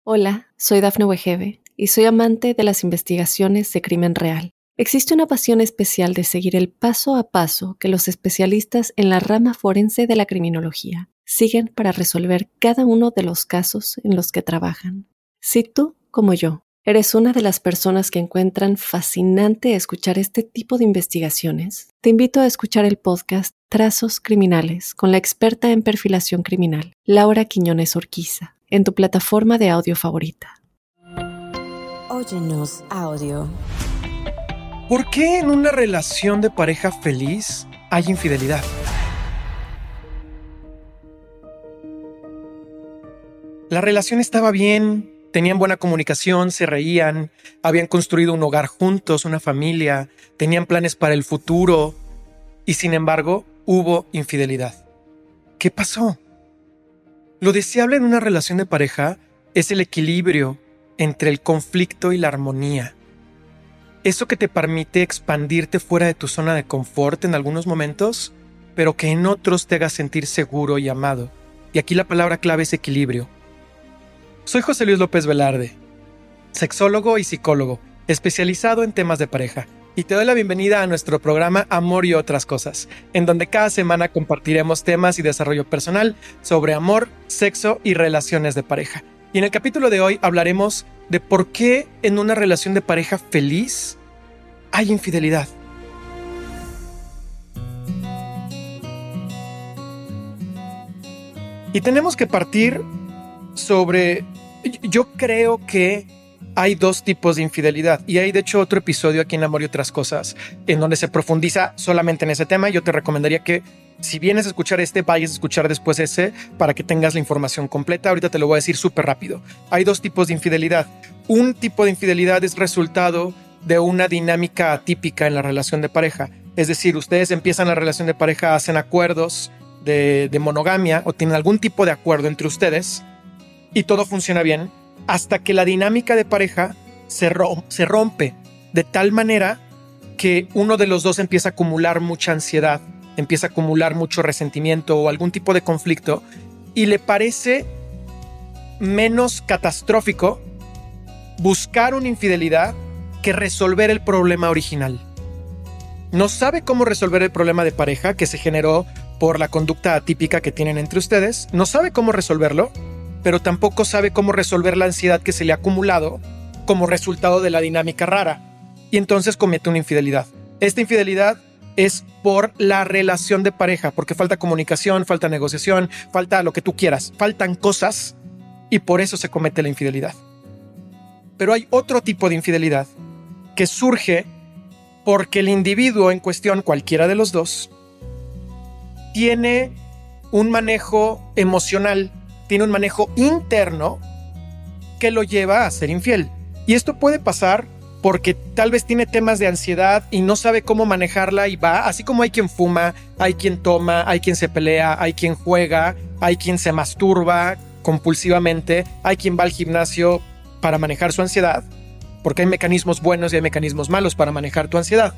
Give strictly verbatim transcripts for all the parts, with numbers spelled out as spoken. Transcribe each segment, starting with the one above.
Hola, soy Dafne Wegebe y soy amante de las investigaciones de crimen real. Existe una pasión especial de seguir el paso a paso que los especialistas en la rama forense de la criminología siguen para resolver cada uno de los casos en los que trabajan. Si tú, como yo, eres una de las personas que encuentran fascinante escuchar este tipo de investigaciones, te invito a escuchar el podcast Trazos Criminales con la experta en perfilación criminal, Laura Quiñones Orquiza, en tu plataforma de audio favorita. Óyenos audio. ¿Por qué en una relación de pareja feliz hay infidelidad? La relación estaba bien, tenían buena comunicación, se reían, habían construido un hogar juntos, una familia, tenían planes para el futuro y sin embargo hubo infidelidad. ¿Qué pasó? Lo deseable en una relación de pareja es el equilibrio entre el conflicto y la armonía. Eso que te permite expandirte fuera de tu zona de confort en algunos momentos, pero que en otros te haga sentir seguro y amado. Y aquí la palabra clave es equilibrio. Soy José Luis López Velarde, sexólogo y psicólogo, especializado en temas de pareja. Y te doy la bienvenida a nuestro programa Amor y otras cosas, en donde cada semana compartiremos temas y desarrollo personal sobre amor, sexo y relaciones de pareja. Y en el capítulo de hoy hablaremos de por qué en una relación de pareja feliz hay infidelidad. Y tenemos que partir sobre... Yo creo que hay dos tipos de infidelidad y hay de hecho otro episodio aquí en Amor y otras cosas en donde se profundiza solamente en ese tema. Yo te recomendaría que si vienes a escuchar este, vayas a escuchar después ese para que tengas la información completa. Ahorita te lo voy a decir súper rápido. Hay dos tipos de infidelidad. Un tipo de infidelidad es resultado de una dinámica atípica en la relación de pareja. Es decir, ustedes empiezan la relación de pareja, hacen acuerdos de, de monogamia o tienen algún tipo de acuerdo entre ustedes y todo funciona bien hasta que la dinámica de pareja se, rom- se rompe de tal manera que uno de los dos empieza a acumular mucha ansiedad, empieza a acumular mucho resentimiento o algún tipo de conflicto y le parece menos catastrófico buscar una infidelidad que resolver el problema original. No sabe cómo resolver el problema de pareja que se generó por la conducta atípica que tienen entre ustedes, no sabe cómo resolverlo, pero tampoco sabe cómo resolver la ansiedad que se le ha acumulado como resultado de la dinámica rara. Y entonces comete una infidelidad. Esta infidelidad es por la relación de pareja, porque falta comunicación, falta negociación, falta lo que tú quieras, faltan cosas y por eso se comete la infidelidad. Pero hay otro tipo de infidelidad que surge porque el individuo en cuestión, cualquiera de los dos, tiene un manejo emocional, tiene un manejo interno que lo lleva a ser infiel. Y esto puede pasar porque tal vez tiene temas de ansiedad y no sabe cómo manejarla y va, así como hay quien fuma, hay quien toma, hay quien se pelea, hay quien juega, hay quien se masturba compulsivamente, hay quien va al gimnasio para manejar su ansiedad, porque hay mecanismos buenos y hay mecanismos malos para manejar tu ansiedad.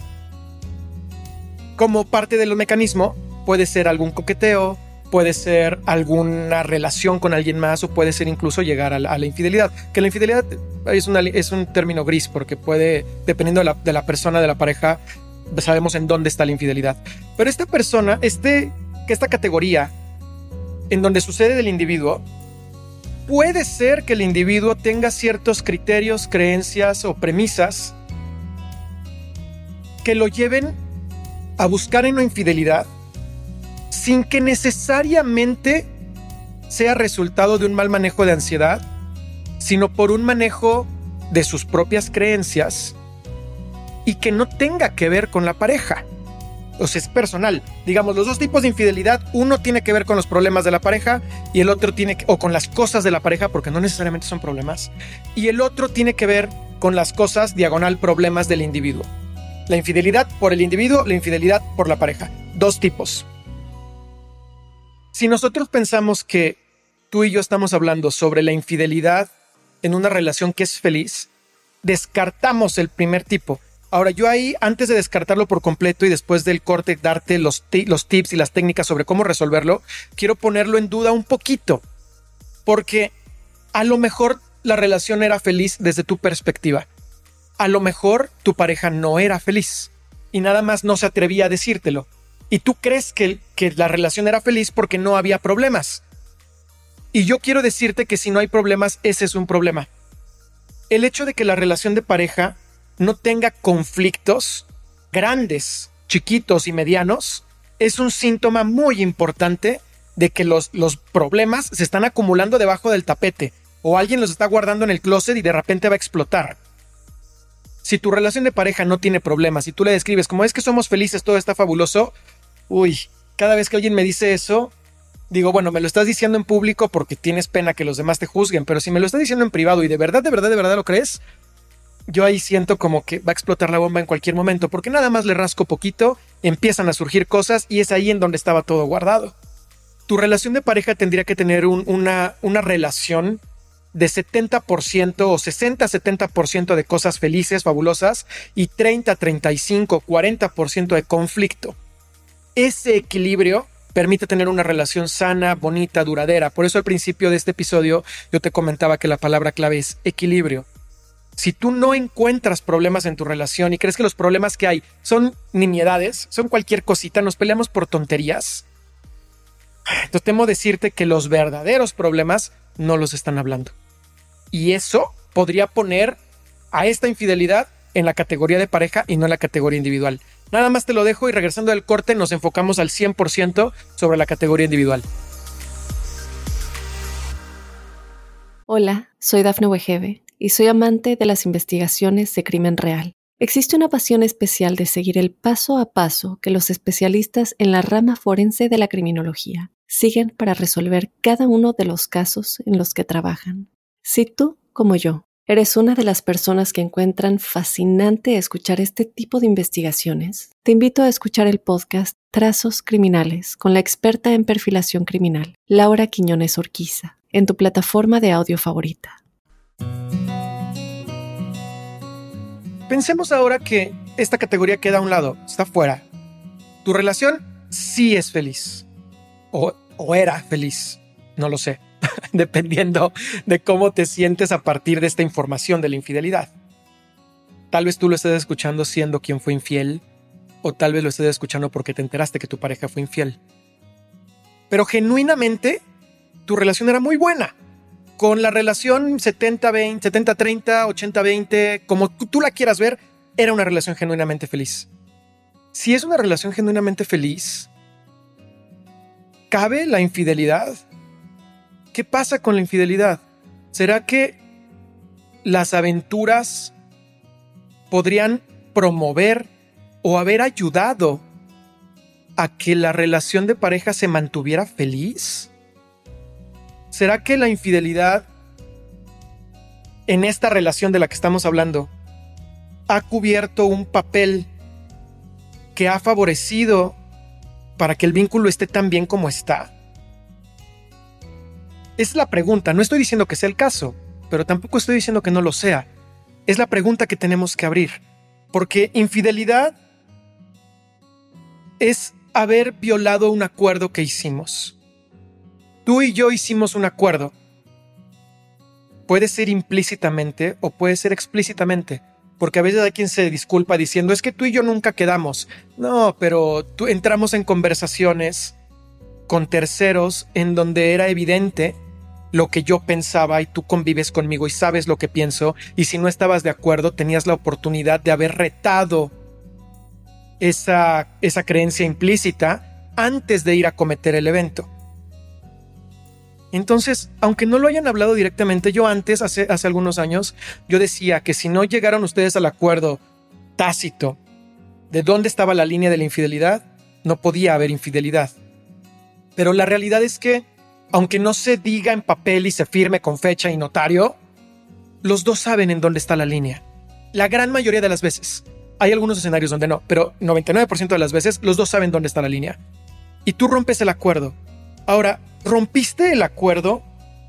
Como parte del mecanismo puede ser algún coqueteo, puede ser alguna relación con alguien más o puede ser incluso llegar a la, a la infidelidad. Que la infidelidad es, una, es un término gris porque puede, dependiendo de la, de la persona, de la pareja, sabemos en dónde está la infidelidad. Pero esta persona, este, esta categoría en donde sucede del individuo, puede ser que el individuo tenga ciertos criterios, creencias o premisas que lo lleven a buscar en una infidelidad sin que necesariamente sea resultado de un mal manejo de ansiedad, sino por un manejo de sus propias creencias y que no tenga que ver con la pareja. O sea, es personal. Digamos, los dos tipos de infidelidad, uno tiene que ver con los problemas de la pareja y el otro tiene que, o con las cosas de la pareja, porque no necesariamente son problemas, y el otro tiene que ver con las cosas, diagonal, problemas del individuo. La infidelidad por el individuo, la infidelidad por la pareja. Dos tipos. Si nosotros pensamos que tú y yo estamos hablando sobre la infidelidad en una relación que es feliz, descartamos el primer tipo. Ahora, yo ahí, antes de descartarlo por completo y después del corte darte los, t- los tips y las técnicas sobre cómo resolverlo, quiero ponerlo en duda un poquito. Porque a lo mejor la relación era feliz desde tu perspectiva. A lo mejor tu pareja no era feliz y nada más no se atrevía a decírtelo. Y tú crees que, que la relación era feliz porque no había problemas. Y yo quiero decirte que si no hay problemas, ese es un problema. El hecho de que la relación de pareja no tenga conflictos grandes, chiquitos y medianos es un síntoma muy importante de que los, los problemas se están acumulando debajo del tapete o alguien los está guardando en el closet y de repente va a explotar. Si tu relación de pareja no tiene problemas y tú le describes como es que somos felices, todo está fabuloso, uy, cada vez que alguien me dice eso, digo, bueno, me lo estás diciendo en público porque tienes pena que los demás te juzguen, pero si me lo estás diciendo en privado y de verdad, de verdad, de verdad lo crees, yo ahí siento como que va a explotar la bomba en cualquier momento, porque nada más le rasco poquito, empiezan a surgir cosas y es ahí en donde estaba todo guardado. Tu relación de pareja tendría que tener un, una, una relación de setenta por ciento o sesenta a setenta por ciento de cosas felices, fabulosas y treinta, treinta y cinco, cuarenta por ciento de conflicto. Ese equilibrio permite tener una relación sana, bonita, duradera. Por eso al principio de este episodio yo te comentaba que la palabra clave es equilibrio. Si tú no encuentras problemas en tu relación y crees que los problemas que hay son nimiedades, son cualquier cosita, nos peleamos por tonterías, entonces temo decirte que los verdaderos problemas no los están hablando. Y eso podría poner a esta infidelidad en la categoría de pareja y no en la categoría individual. Nada más te lo dejo y regresando del corte nos enfocamos al cien por ciento sobre la categoría individual. Hola, soy Dafne Wegebe y soy amante de las investigaciones de crimen real. Existe una pasión especial de seguir el paso a paso que los especialistas en la rama forense de la criminología siguen para resolver cada uno de los casos en los que trabajan. Si tú, como yo, eres una de las personas que encuentran fascinante escuchar este tipo de investigaciones, te invito a escuchar el podcast Trazos Criminales con la experta en perfilación criminal, Laura Quiñones Orquiza, en tu plataforma de audio favorita. Pensemos ahora que esta categoría queda a un lado, está fuera. Tu relación sí es feliz. O, o era feliz. No lo sé. Dependiendo de cómo te sientes a partir de esta información de la infidelidad. Tal vez tú lo estés escuchando siendo quien fue infiel. O tal vez lo estés escuchando porque te enteraste que tu pareja fue infiel. Pero genuinamente, tu relación era muy buena. Con la relación setenta veinte, setenta treinta, ochenta veinte, como tú, tú la quieras ver, era una relación genuinamente feliz. Si es una relación genuinamente feliz, ¿cabe la infidelidad? ¿Qué pasa con la infidelidad? ¿Será que las aventuras podrían promover o haber ayudado a que la relación de pareja se mantuviera feliz? ¿Será que la infidelidad en esta relación de la que estamos hablando ha cubierto un papel que ha favorecido para que el vínculo esté tan bien como está? Es la pregunta. No estoy diciendo que sea el caso, pero tampoco estoy diciendo que no lo sea. Es la pregunta que tenemos que abrir. Porque infidelidad es haber violado un acuerdo que hicimos. Tú y yo hicimos un acuerdo. Puede ser implícitamente o puede ser explícitamente. Porque a veces hay quien se disculpa diciendo, es que tú y yo nunca quedamos. No, pero tú entramos en conversaciones con terceros en donde era evidente lo que yo pensaba y tú convives conmigo y sabes lo que pienso. Y si no estabas de acuerdo, tenías la oportunidad de haber retado esa, esa creencia implícita antes de ir a cometer el evento. Entonces, aunque no lo hayan hablado directamente, yo antes, hace, hace algunos años, yo decía que si no llegaron ustedes al acuerdo tácito de dónde estaba la línea de la infidelidad, no podía haber infidelidad. Pero la realidad es que, aunque no se diga en papel y se firme con fecha y notario, los dos saben en dónde está la línea. La gran mayoría de las veces. Hay algunos escenarios donde no, pero noventa y nueve por ciento de las veces los dos saben dónde está la línea. Y tú rompes el acuerdo. Ahora, ¿rompiste el acuerdo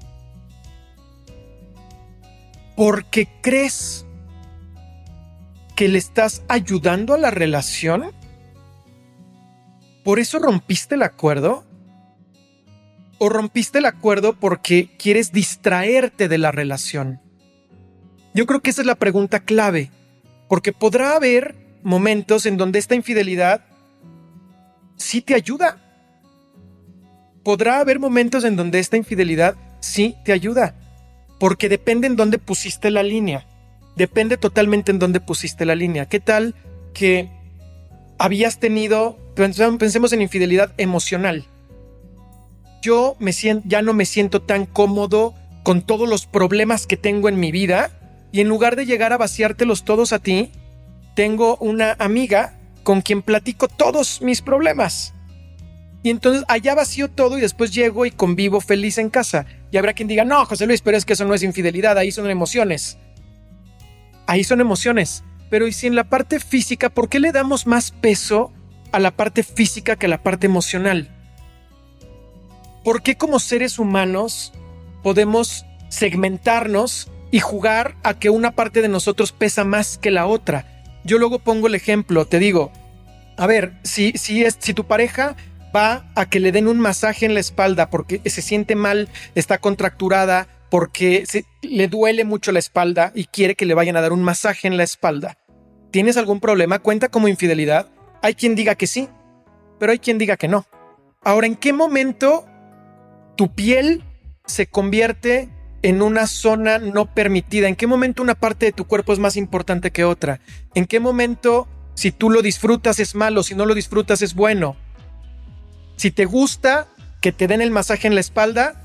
porque crees que le estás ayudando a la relación? ¿Por eso rompiste el acuerdo? ¿O rompiste el acuerdo porque quieres distraerte de la relación? Yo creo que esa es la pregunta clave, porque podrá haber momentos en donde esta infidelidad sí te ayuda. Podrá haber momentos en donde esta infidelidad sí te ayuda, porque depende en dónde pusiste la línea. Depende totalmente en dónde pusiste la línea. ¿Qué tal que habías tenido, pensemos en infidelidad emocional? Yo me siento, ya no me siento tan cómodo con todos los problemas que tengo en mi vida, y en lugar de llegar a vaciártelos todos a ti, tengo una amiga con quien platico todos mis problemas. Y entonces allá vacío todo y después llego y convivo feliz en casa. Y habrá quien diga, no, José Luis, pero es que eso no es infidelidad, ahí son emociones. Ahí son emociones. Pero ¿y si en la parte física, por qué le damos más peso a la parte física que a la parte emocional? ¿Por qué como seres humanos podemos segmentarnos y jugar a que una parte de nosotros pesa más que la otra? Yo luego pongo el ejemplo, te digo, a ver, si, si, es, si tu pareja va a que le den un masaje en la espalda porque se siente mal, está contracturada, porque se, le duele mucho la espalda y quiere que le vayan a dar un masaje en la espalda, ¿tienes algún problema? ¿Cuenta como infidelidad? Hay quien diga que sí, pero hay quien diga que no. Ahora, ¿en qué momento tu piel se convierte en una zona no permitida? ¿En qué momento una parte de tu cuerpo es más importante que otra? ¿En qué momento, si tú lo disfrutas, es malo? Si no lo disfrutas, es bueno. Si te gusta que te den el masaje en la espalda,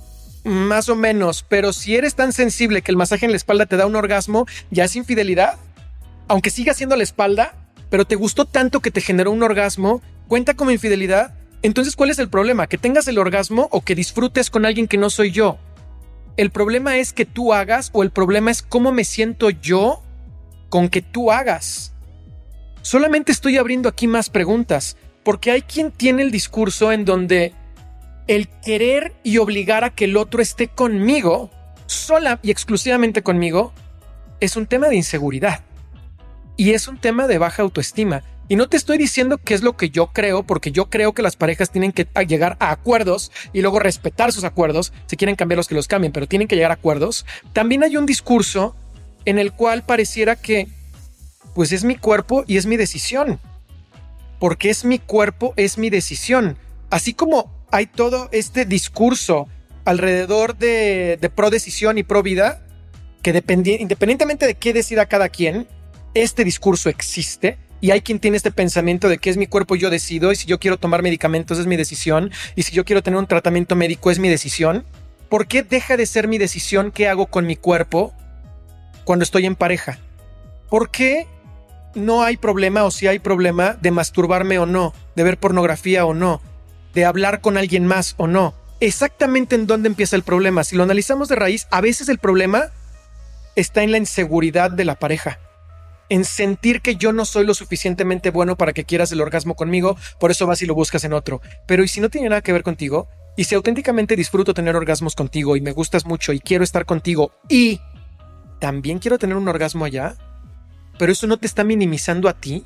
más o menos. Pero si eres tan sensible que el masaje en la espalda te da un orgasmo, ¿ya es infidelidad? Aunque siga siendo la espalda, pero te gustó tanto que te generó un orgasmo, ¿cuenta como infidelidad? Entonces, ¿cuál es el problema? ¿Que tengas el orgasmo o que disfrutes con alguien que no soy yo? ¿El problema es que tú hagas o el problema es cómo me siento yo con que tú hagas? Solamente estoy abriendo aquí más preguntas, porque hay quien tiene el discurso en donde el querer y obligar a que el otro esté conmigo, sola y exclusivamente conmigo, es un tema de inseguridad y es un tema de baja autoestima. Y no te estoy diciendo qué es lo que yo creo, porque yo creo que las parejas tienen que llegar a acuerdos y luego respetar sus acuerdos. Si quieren cambiarlos, que los cambien, pero tienen que llegar a acuerdos. También hay un discurso en el cual pareciera que pues es mi cuerpo y es mi decisión. Porque es mi cuerpo, es mi decisión. Así como hay todo este discurso alrededor de, de pro decisión y pro vida, que dependi- independientemente de qué decida cada quien, este discurso existe. Y hay quien tiene este pensamiento de que es mi cuerpo, yo decido, y si yo quiero tomar medicamentos es mi decisión, y si yo quiero tener un tratamiento médico es mi decisión. ¿Por qué deja de ser mi decisión qué hago con mi cuerpo cuando estoy en pareja? ¿Por qué no hay problema, o si hay problema, de masturbarme o no, de ver pornografía o no, de hablar con alguien más o no? Exactamente en dónde empieza el problema. Si lo analizamos de raíz, a veces el problema está en la inseguridad de la pareja, en sentir que yo no soy lo suficientemente bueno para que quieras el orgasmo conmigo, por eso vas y lo buscas en otro. Pero ¿y si no tiene nada que ver contigo? ¿Y si auténticamente disfruto tener orgasmos contigo y me gustas mucho y quiero estar contigo y también quiero tener un orgasmo allá? ¿Pero eso no te está minimizando a ti?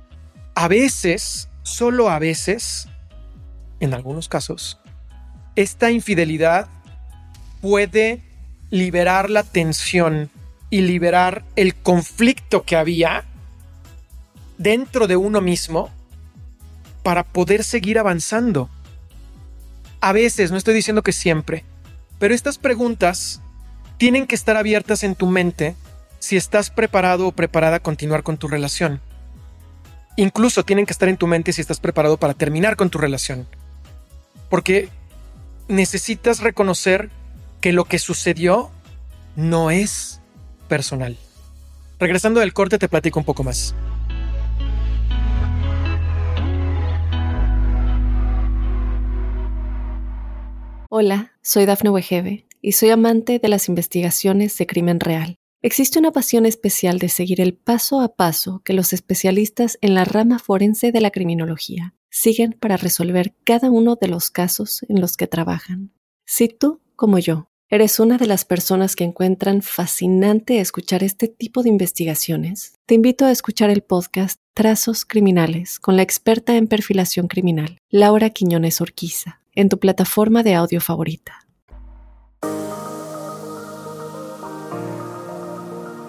A veces, solo a veces, en algunos casos, esta infidelidad puede liberar la tensión y liberar el conflicto que había dentro de uno mismo para poder seguir avanzando. A veces, no estoy diciendo que siempre, pero estas preguntas tienen que estar abiertas en tu mente si estás preparado o preparada a continuar con tu relación. Incluso tienen que estar en tu mente si estás preparado para terminar con tu relación. Porque necesitas reconocer que lo que sucedió no es personal. Regresando del corte te platico un poco más. Hola, soy Dafne Wegebe y soy amante de las investigaciones de crimen real. Existe una pasión especial de seguir el paso a paso que los especialistas en la rama forense de la criminología siguen para resolver cada uno de los casos en los que trabajan. Si tú, como yo, ¿eres una de las personas que encuentran fascinante escuchar este tipo de investigaciones? Te invito a escuchar el podcast Trazos Criminales con la experta en perfilación criminal, Laura Quiñones Orquiza, en tu plataforma de audio favorita.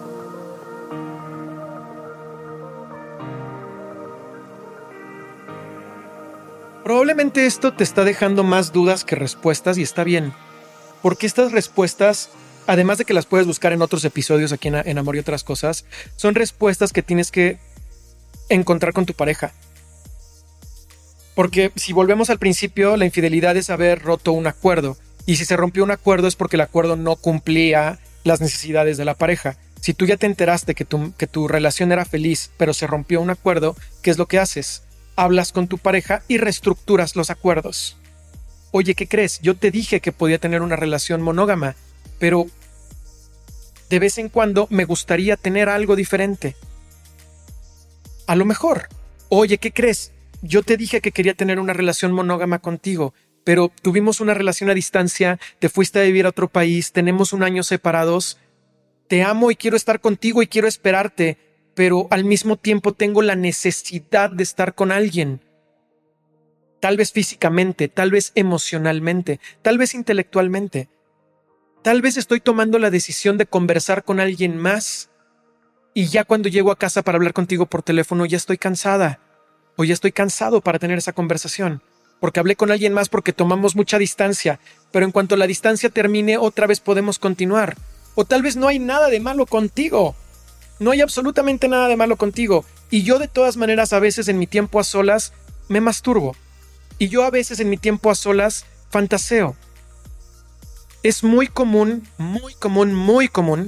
Probablemente esto te está dejando más dudas que respuestas y está bien, porque estas respuestas, además de que las puedes buscar en otros episodios aquí en, en Amor y Otras Cosas, son respuestas que tienes que encontrar con tu pareja. Porque si volvemos al principio, la infidelidad es haber roto un acuerdo, y si se rompió un acuerdo es porque el acuerdo no cumplía las necesidades de la pareja. Si tú ya te enteraste que tu, que tu relación era feliz, pero se rompió un acuerdo, ¿qué es lo que haces? Hablas con tu pareja y reestructuras los acuerdos. Oye, ¿qué crees? Yo te dije que podía tener una relación monógama, pero de vez en cuando me gustaría tener algo diferente. A lo mejor. Oye, ¿qué crees? Yo te dije que quería tener una relación monógama contigo, pero tuvimos una relación a distancia, te fuiste a vivir a otro país, tenemos un año separados. Te amo y quiero estar contigo y quiero esperarte, pero al mismo tiempo tengo la necesidad de estar con alguien. Tal vez físicamente, tal vez emocionalmente, tal vez intelectualmente. Tal vez estoy tomando la decisión de conversar con alguien más y ya cuando llego a casa para hablar contigo por teléfono ya estoy cansada o ya estoy cansado para tener esa conversación porque hablé con alguien más porque tomamos mucha distancia, pero en cuanto la distancia termine otra vez podemos continuar. O tal vez no hay nada de malo contigo. No hay absolutamente nada de malo contigo. Y yo de todas maneras a veces en mi tiempo a solas me masturbo. Y yo a veces en mi tiempo a solas fantaseo. Es muy común, muy común, muy común,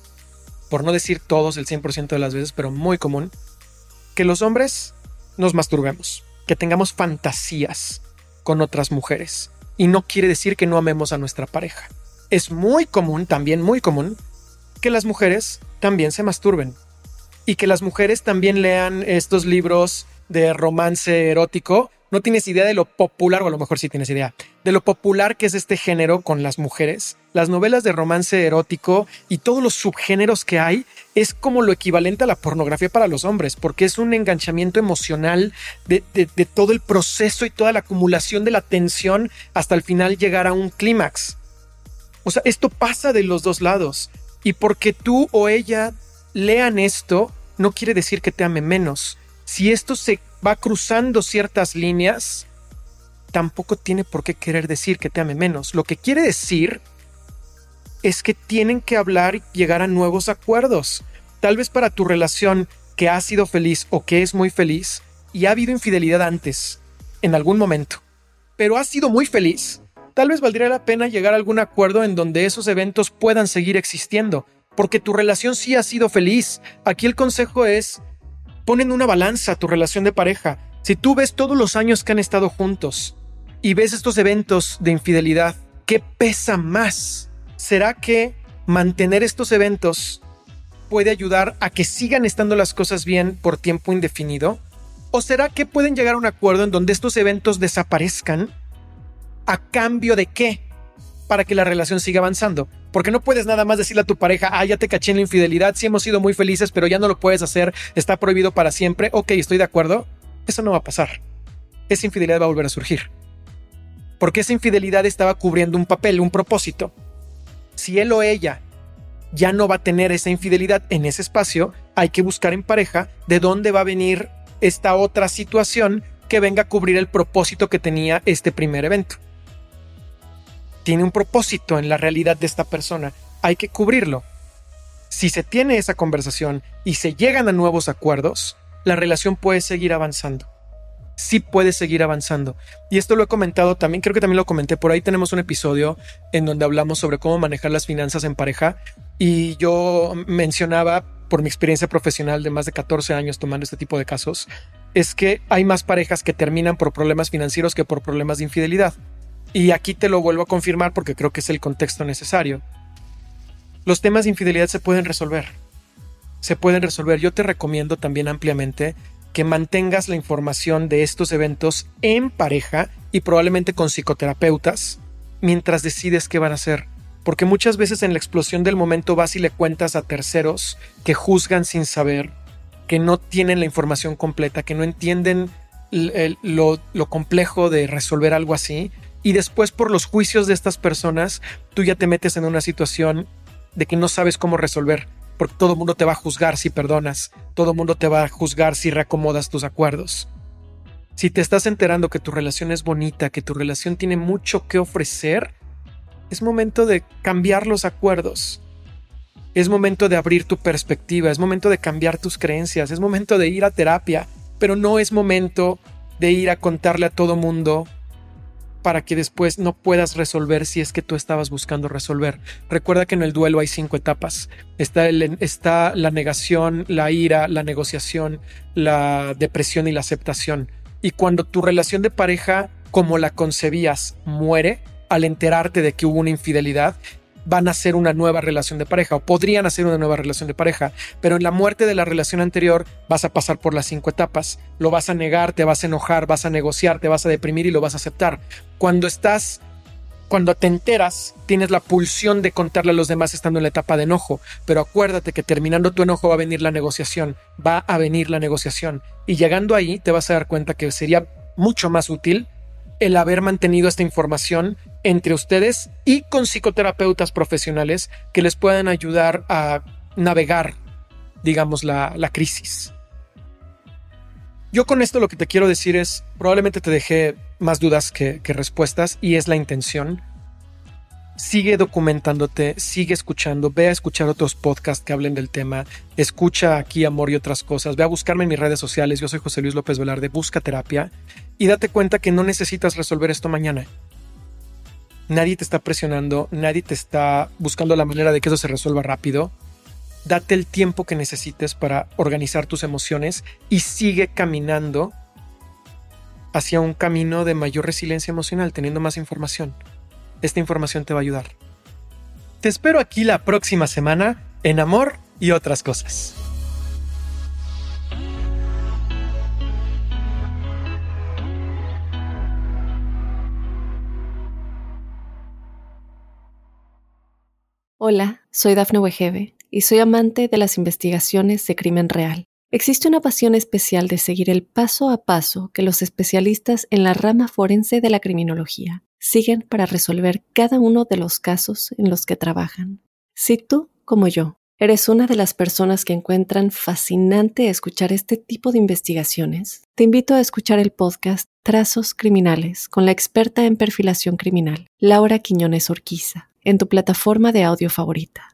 por no decir todos el cien por ciento de las veces, pero muy común, que los hombres nos masturbemos, que tengamos fantasías con otras mujeres. Y no quiere decir que no amemos a nuestra pareja. Es muy común, también muy común, que las mujeres también se masturben y que las mujeres también lean estos libros de romance erótico. No tienes idea de lo popular, o a lo mejor sí tienes idea, de lo popular que es este género con las mujeres. Las novelas de romance erótico y todos los subgéneros que hay es como lo equivalente a la pornografía para los hombres, porque es un enganchamiento emocional de, de, de todo el proceso y toda la acumulación de la tensión hasta el final llegar a un clímax. O sea, esto pasa de los dos lados. Y porque tú o ella lean esto, no quiere decir que te ame menos. Si esto se va cruzando ciertas líneas, tampoco tiene por qué querer decir que te ame menos. Lo que quiere decir es que tienen que hablar y llegar a nuevos acuerdos. Tal vez para tu relación que ha sido feliz o que es muy feliz y ha habido infidelidad antes, en algún momento, pero ha sido muy feliz. Tal vez valdría la pena llegar a algún acuerdo en donde esos eventos puedan seguir existiendo, porque tu relación sí ha sido feliz. Aquí el consejo es, pon en una balanza tu relación de pareja. Si tú ves todos los años que han estado juntos y ves estos eventos de infidelidad, ¿qué pesa más? ¿Será que mantener estos eventos puede ayudar a que sigan estando las cosas bien por tiempo indefinido? ¿O será que pueden llegar a un acuerdo en donde estos eventos desaparezcan? ¿A cambio de qué? Para que la relación siga avanzando. Porque no puedes nada más decirle a tu pareja, ah, ya te caché en la infidelidad, sí hemos sido muy felices, pero ya no lo puedes hacer, está prohibido para siempre. Ok, estoy de acuerdo. Eso no va a pasar. Esa infidelidad va a volver a surgir. Porque esa infidelidad estaba cubriendo un papel, un propósito. Si él o ella ya no va a tener esa infidelidad en ese espacio, hay que buscar en pareja de dónde va a venir esta otra situación que venga a cubrir el propósito que tenía este primer evento. Tiene un propósito en la realidad de esta persona. Hay que cubrirlo. Si se tiene esa conversación y se llegan a nuevos acuerdos, la relación puede seguir avanzando. Sí puede seguir avanzando. Y esto lo he comentado también, creo que también lo comenté. Por ahí tenemos un episodio en donde hablamos sobre cómo manejar las finanzas en pareja. Y yo mencionaba, por mi experiencia profesional de más de catorce años tomando este tipo de casos, es que hay más parejas que terminan por problemas financieros que por problemas de infidelidad. Y aquí te lo vuelvo a confirmar porque creo que es el contexto necesario. Los temas de infidelidad se pueden resolver. Se pueden resolver. Yo te recomiendo también ampliamente que mantengas la información de estos eventos en pareja y probablemente con psicoterapeutas mientras decides qué van a hacer. Porque muchas veces en la explosión del momento vas y le cuentas a terceros que juzgan sin saber, que no tienen la información completa, que no entienden l- lo, lo complejo de resolver algo así. Y después por los juicios de estas personas, tú ya te metes en una situación de que no sabes cómo resolver, porque todo el mundo te va a juzgar si perdonas, todo el mundo te va a juzgar si reacomodas tus acuerdos. Si te estás enterando que tu relación es bonita, que tu relación tiene mucho que ofrecer, es momento de cambiar los acuerdos. Es momento de abrir tu perspectiva, es momento de cambiar tus creencias, es momento de ir a terapia, pero no es momento de ir a contarle a todo mundo para que después no puedas resolver si es que tú estabas buscando resolver. Recuerda que en el duelo hay cinco etapas. Está, el, está la negación, la ira, la negociación, la depresión y la aceptación. Y cuando tu relación de pareja, como la concebías, muere, al enterarte de que hubo una infidelidad, van a hacer una nueva relación de pareja o podrían hacer una nueva relación de pareja, pero en la muerte de la relación anterior vas a pasar por las cinco etapas. Lo vas a negar, te vas a enojar, vas a negociar, te vas a deprimir y lo vas a aceptar. Cuando estás, cuando te enteras, tienes la pulsión de contarle a los demás estando en la etapa de enojo, pero acuérdate que terminando tu enojo va a venir la negociación, va a venir la negociación y llegando ahí te vas a dar cuenta que sería mucho más útil el haber mantenido esta información entre ustedes y con psicoterapeutas profesionales que les puedan ayudar a navegar, digamos, la, la crisis. Yo con esto lo que te quiero decir es, probablemente te dejé más dudas que, que respuestas y es la intención. Sigue documentándote, sigue escuchando, ve a escuchar otros podcasts que hablen del tema, escucha aquí Amor y otras cosas, ve a buscarme en mis redes sociales, yo soy José Luis López Velarde, busca terapia y date cuenta que no necesitas resolver esto mañana. Nadie te está presionando, nadie te está buscando la manera de que eso se resuelva rápido. Date el tiempo que necesites para organizar tus emociones y sigue caminando hacia un camino de mayor resiliencia emocional, teniendo más información. Esta información te va a ayudar. Te espero aquí la próxima semana en Amor y otras cosas. Hola, soy Dafne Wegebe y soy amante de las investigaciones de crimen real. Existe una pasión especial de seguir el paso a paso que los especialistas en la rama forense de la criminología siguen para resolver cada uno de los casos en los que trabajan. Si tú, como yo, eres una de las personas que encuentran fascinante escuchar este tipo de investigaciones, te invito a escuchar el podcast Trazos Criminales con la experta en perfilación criminal, Laura Quiñones Orquiza, en tu plataforma de audio favorita.